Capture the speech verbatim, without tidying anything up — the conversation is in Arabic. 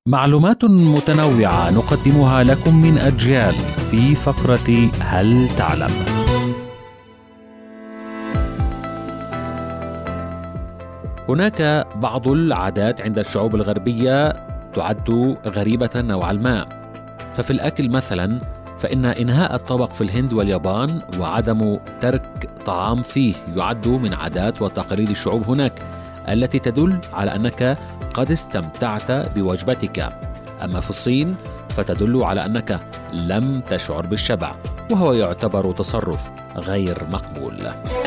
معلومات متنوعة نقدمها لكم من أجيال في فقرة هل تعلم؟ هناك بعض العادات عند الشعوب الغربية تعد غريبة نوعا ما، ففي الأكل مثلا فإن إنهاء الطبق في الهند واليابان وعدم ترك طعام فيه يعد من عادات وتقاليد الشعوب هناك التي تدل على أنك قد استمتعت بوجبتك. أما في الصين فتدل على أنك لم تشعر بالشبع، وهو يعتبر تصرف غير مقبول.